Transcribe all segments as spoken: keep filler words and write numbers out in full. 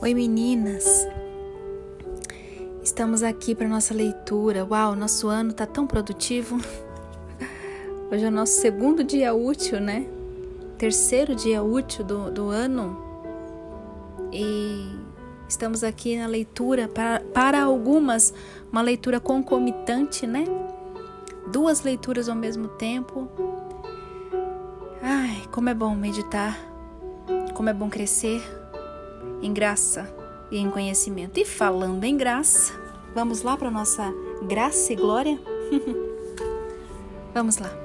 Oi meninas, estamos aqui para nossa leitura. Uau, nosso ano tá tão produtivo. Hoje é o nosso segundo dia útil, né? Terceiro dia útil do, do ano. E estamos aqui na leitura, para, para algumas, uma leitura concomitante, né? Duas leituras ao mesmo tempo. Ai, como é bom meditar, como é bom crescer em graça e em conhecimento. E falando em graça, vamos lá para nossa graça e glória? Vamos lá.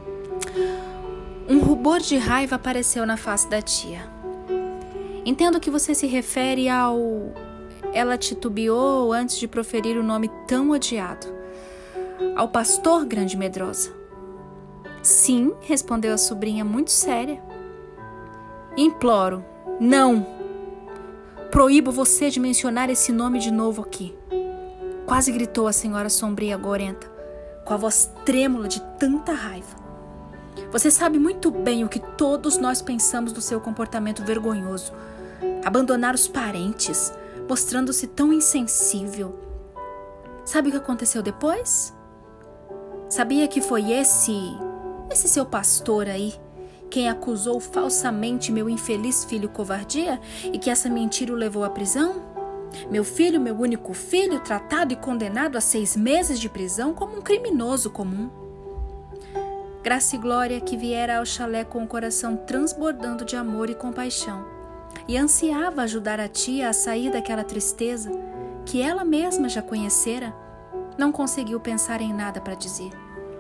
Um rubor de raiva apareceu na face da tia. Entendo que você se refere ao... Ela titubeou antes de proferir o nome tão odiado. Ao pastor Grande Medrosa. Sim, respondeu a sobrinha muito séria. Imploro, não! Proíbo você de mencionar esse nome de novo aqui. Quase gritou a senhora sombria gorenta, com a voz trêmula de tanta raiva. Você sabe muito bem o que todos nós pensamos do seu comportamento vergonhoso. Abandonar os parentes, mostrando-se tão insensível. Sabe o que aconteceu depois? Sabia que foi esse, esse seu pastor aí, quem acusou falsamente meu infeliz filho covardia e que essa mentira o levou à prisão? Meu filho, meu único filho, tratado e condenado a seis meses de prisão como um criminoso comum. Graça e Glória, que viera ao chalé com o coração transbordando de amor e compaixão, e ansiava ajudar a tia a sair daquela tristeza que ela mesma já conhecera, não conseguiu pensar em nada para dizer.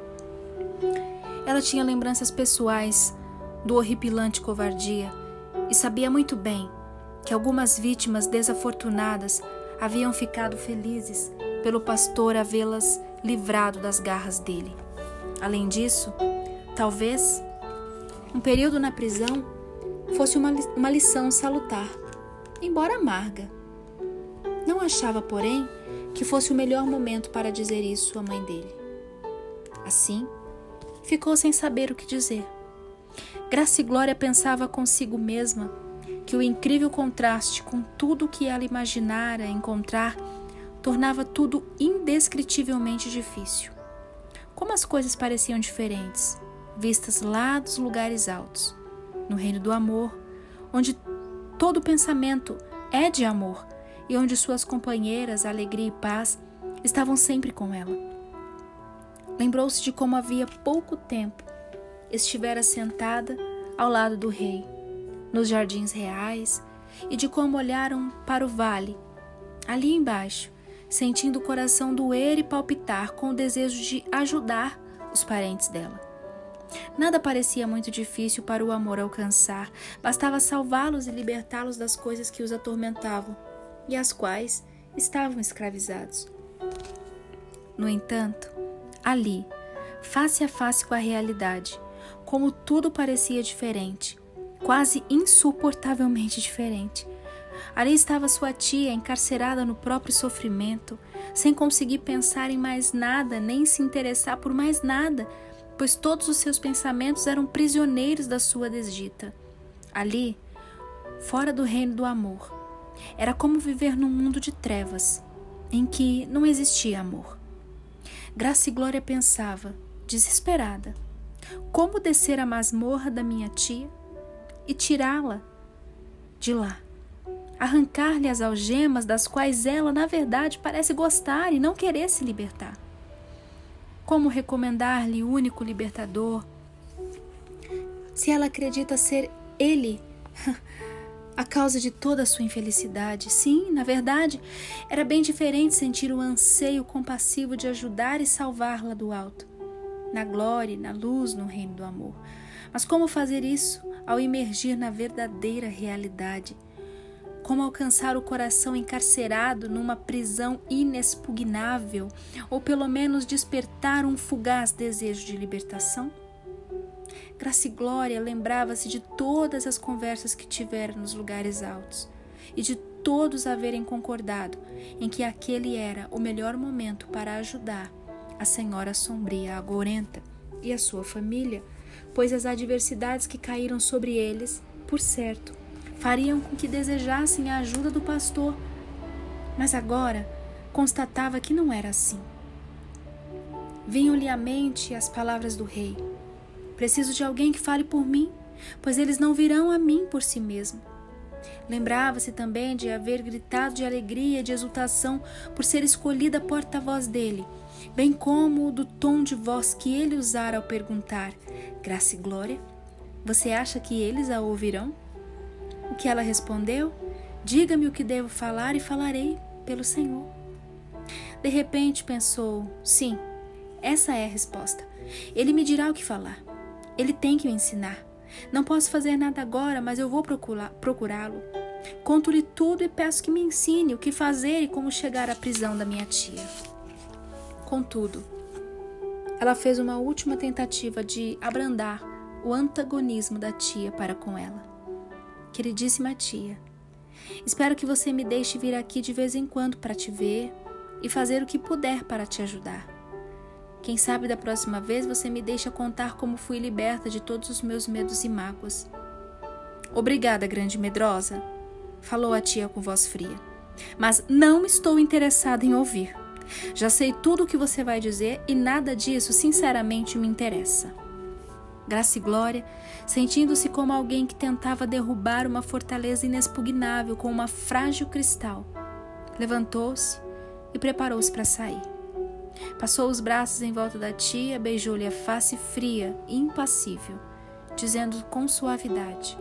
Ela tinha lembranças pessoais do horripilante covardia e sabia muito bem que algumas vítimas desafortunadas haviam ficado felizes pelo pastor havê-las livrado das garras dele. Além disso, talvez um período na prisão fosse uma, li- uma lição salutar, embora amarga. Não achava, porém, que fosse o melhor momento para dizer isso à mãe dele. Assim, ficou sem saber o que dizer. Graça e Glória pensava consigo mesma que o incrível contraste com tudo o que ela imaginara encontrar tornava tudo indescritivelmente difícil. Como as coisas pareciam diferentes, vistas lá dos lugares altos, no reino do amor, onde todo pensamento é de amor e onde suas companheiras, alegria e paz, estavam sempre com ela. Lembrou-se de como havia pouco tempo estivera sentada ao lado do rei, nos jardins reais, e de como olharam para o vale, ali embaixo, sentindo o coração doer e palpitar com o desejo de ajudar os parentes dela. Nada parecia muito difícil para o amor alcançar, bastava salvá-los e libertá-los das coisas que os atormentavam e às quais estavam escravizados. No entanto, ali, face a face com a realidade, como tudo parecia diferente, quase insuportavelmente diferente. Ali estava sua tia encarcerada no próprio sofrimento, sem conseguir pensar em mais nada, nem se interessar por mais nada, pois todos os seus pensamentos eram prisioneiros da sua desdita. Ali, fora do reino do amor, era como viver num mundo de trevas, em que não existia amor. Graça e Glória pensava, desesperada, como descer a masmorra da minha tia e tirá-la de lá, arrancar-lhe as algemas das quais ela, na verdade, parece gostar e não querer se libertar. Como recomendar-lhe o único libertador, se ela acredita ser ele a causa de toda a sua infelicidade? Sim, na verdade, era bem diferente sentir o anseio compassivo de ajudar e salvá-la do alto, na glória e na luz no reino do amor. Mas como fazer isso ao imergir na verdadeira realidade? Como alcançar o coração encarcerado numa prisão inexpugnável, ou pelo menos despertar um fugaz desejo de libertação? Graça e Glória lembrava-se de todas as conversas que tivera nos lugares altos e de todos haverem concordado em que aquele era o melhor momento para ajudar a senhora sombria agorenta e a sua família, pois as adversidades que caíram sobre eles, por certo, fariam com que desejassem a ajuda do pastor. Mas agora constatava que não era assim. Vinham-lhe à mente as palavras do rei: preciso de alguém que fale por mim, pois eles não virão a mim por si mesmo. Lembrava-se também de haver gritado de alegria e de exultação por ser escolhida porta-voz dele, bem como do tom de voz que ele usara ao perguntar: Graça e Glória, você acha que eles a ouvirão? O que ela respondeu? Diga-me o que devo falar e falarei pelo Senhor. De repente pensou: sim, essa é a resposta. Ele me dirá o que falar. Ele tem que me ensinar. Não posso fazer nada agora, mas eu vou procurá-lo. Conto-lhe tudo e peço que me ensine o que fazer e como chegar à prisão da minha tia. Contudo, ela fez uma última tentativa de abrandar o antagonismo da tia para com ela. Queridíssima tia, espero que você me deixe vir aqui de vez em quando para te ver e fazer o que puder para te ajudar. Quem sabe da próxima vez você me deixa contar como fui liberta de todos os meus medos e mágoas. Obrigada, grande medrosa, falou a tia com voz fria. Mas não estou interessada em ouvir. Já sei tudo o que você vai dizer e nada disso, sinceramente, me interessa. Graça e Glória, sentindo-se como alguém que tentava derrubar uma fortaleza inexpugnável com uma frágil cristal, levantou-se e preparou-se para sair. Passou os braços em volta da tia, beijou-lhe a face fria e impassível, dizendo com suavidade: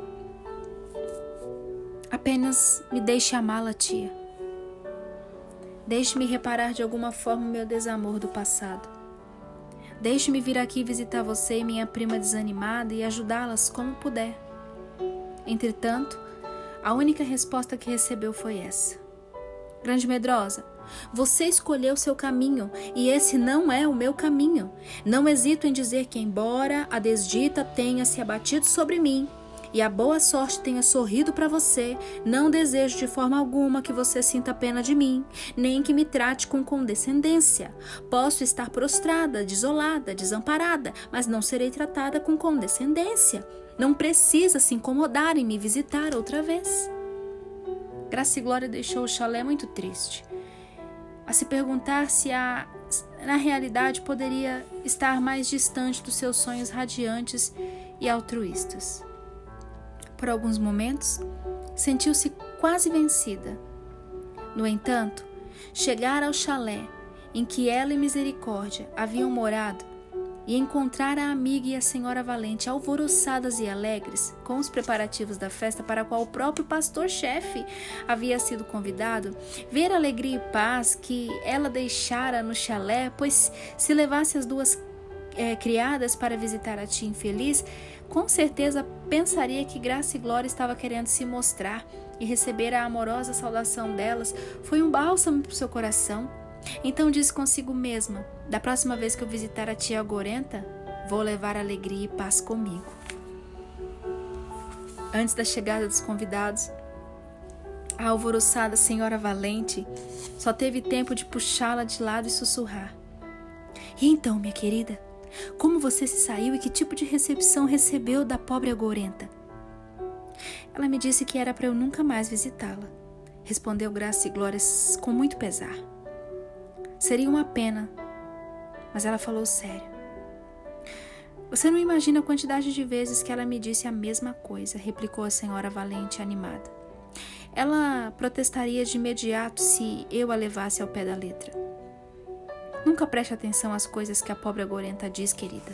apenas me deixe amá-la, tia. Deixe-me reparar de alguma forma o meu desamor do passado. Deixe-me vir aqui visitar você e minha prima desanimada e ajudá-las como puder. Entretanto, a única resposta que recebeu foi essa: Grande medrosa, você escolheu seu caminho e esse não é o meu caminho. Não hesito em dizer que, embora a desdita tenha se abatido sobre mim e a boa sorte tenha sorrido para você, não desejo de forma alguma que você sinta pena de mim, nem que me trate com condescendência. Posso estar prostrada, desolada, desamparada, mas não serei tratada com condescendência. Não precisa se incomodar em me visitar outra vez. Graça e Glória deixou o chalé muito triste, a se perguntar se a, na realidade poderia estar mais distante dos seus sonhos radiantes e altruístas. Por alguns momentos, sentiu-se quase vencida. No entanto, chegar ao chalé em que ela e Misericórdia haviam morado e encontrar a amiga e a senhora Valente alvoroçadas e alegres com os preparativos da festa para a qual o próprio pastor-chefe havia sido convidado, ver a alegria e paz que ela deixara no chalé, pois se levasse as duas é, criadas para visitar a tia infeliz, com certeza pensaria que Graça e Glória estava querendo se mostrar, e receber a amorosa saudação delas foi um bálsamo para o seu coração. Então disse consigo mesma: da próxima vez que eu visitar a tia Gorenta, vou levar alegria e paz comigo. Antes da chegada dos convidados, a alvoroçada senhora Valente só teve tempo de puxá-la de lado e sussurrar: E então, minha querida, como você se saiu e que tipo de recepção recebeu da pobre Gorenta? Ela me disse que era para eu nunca mais visitá-la, respondeu Graça e Glória com muito pesar. Seria uma pena, mas ela falou sério. Você não imagina a quantidade de vezes que ela me disse a mesma coisa, replicou a senhora Valente animada. Ela protestaria de imediato se eu a levasse ao pé da letra. Nunca preste atenção às coisas que a pobre Gorenta diz, querida.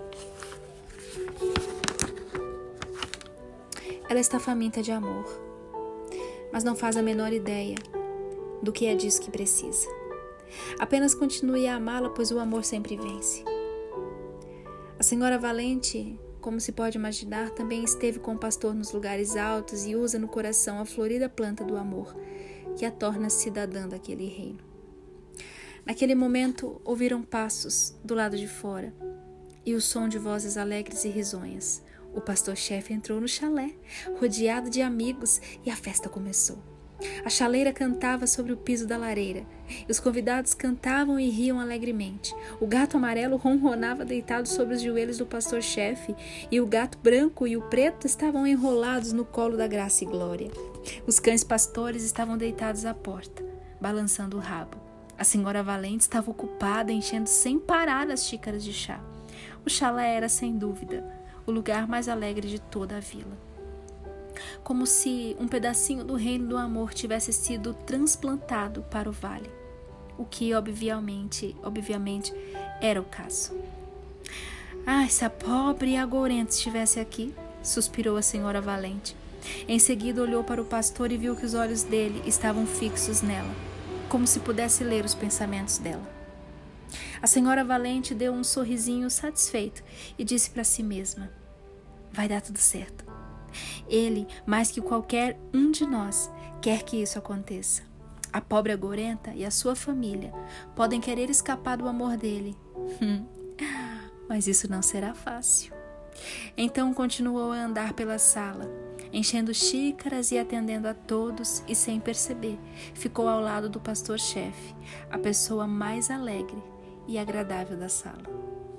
Ela está faminta de amor, mas não faz a menor ideia do que é disso que precisa. Apenas continue a amá-la, pois o amor sempre vence. A senhora Valente, como se pode imaginar, também esteve com o pastor nos lugares altos e usa no coração a florida planta do amor, que a torna cidadã daquele reino. Naquele momento, ouviram passos do lado de fora e o som de vozes alegres e risonhas. O pastor-chefe entrou no chalé, rodeado de amigos, e a festa começou. A chaleira cantava sobre o piso da lareira, e os convidados cantavam e riam alegremente. O gato amarelo ronronava deitado sobre os joelhos do pastor-chefe, e o gato branco e o preto estavam enrolados no colo da Graça e Glória. Os cães pastores estavam deitados à porta, balançando o rabo. A senhora Valente estava ocupada enchendo sem parar as xícaras de chá. O chalé era, sem dúvida, o lugar mais alegre de toda a vila. Como se um pedacinho do reino do amor tivesse sido transplantado para o vale, o que obviamente, obviamente era o caso. Ah, se a pobre Agourenta estivesse aqui, suspirou a senhora Valente. Em seguida olhou para o pastor e viu que os olhos dele estavam fixos nela, como se pudesse ler os pensamentos dela. A senhora Valente deu um sorrisinho satisfeito e disse para si mesma: vai dar tudo certo. Ele, mais que qualquer um de nós, quer que isso aconteça. A pobre Agourenta e a sua família podem querer escapar do amor dele, mas isso não será fácil. Então continuou a andar pela sala, enchendo xícaras e atendendo a todos, e sem perceber, ficou ao lado do pastor-chefe, a pessoa mais alegre e agradável da sala.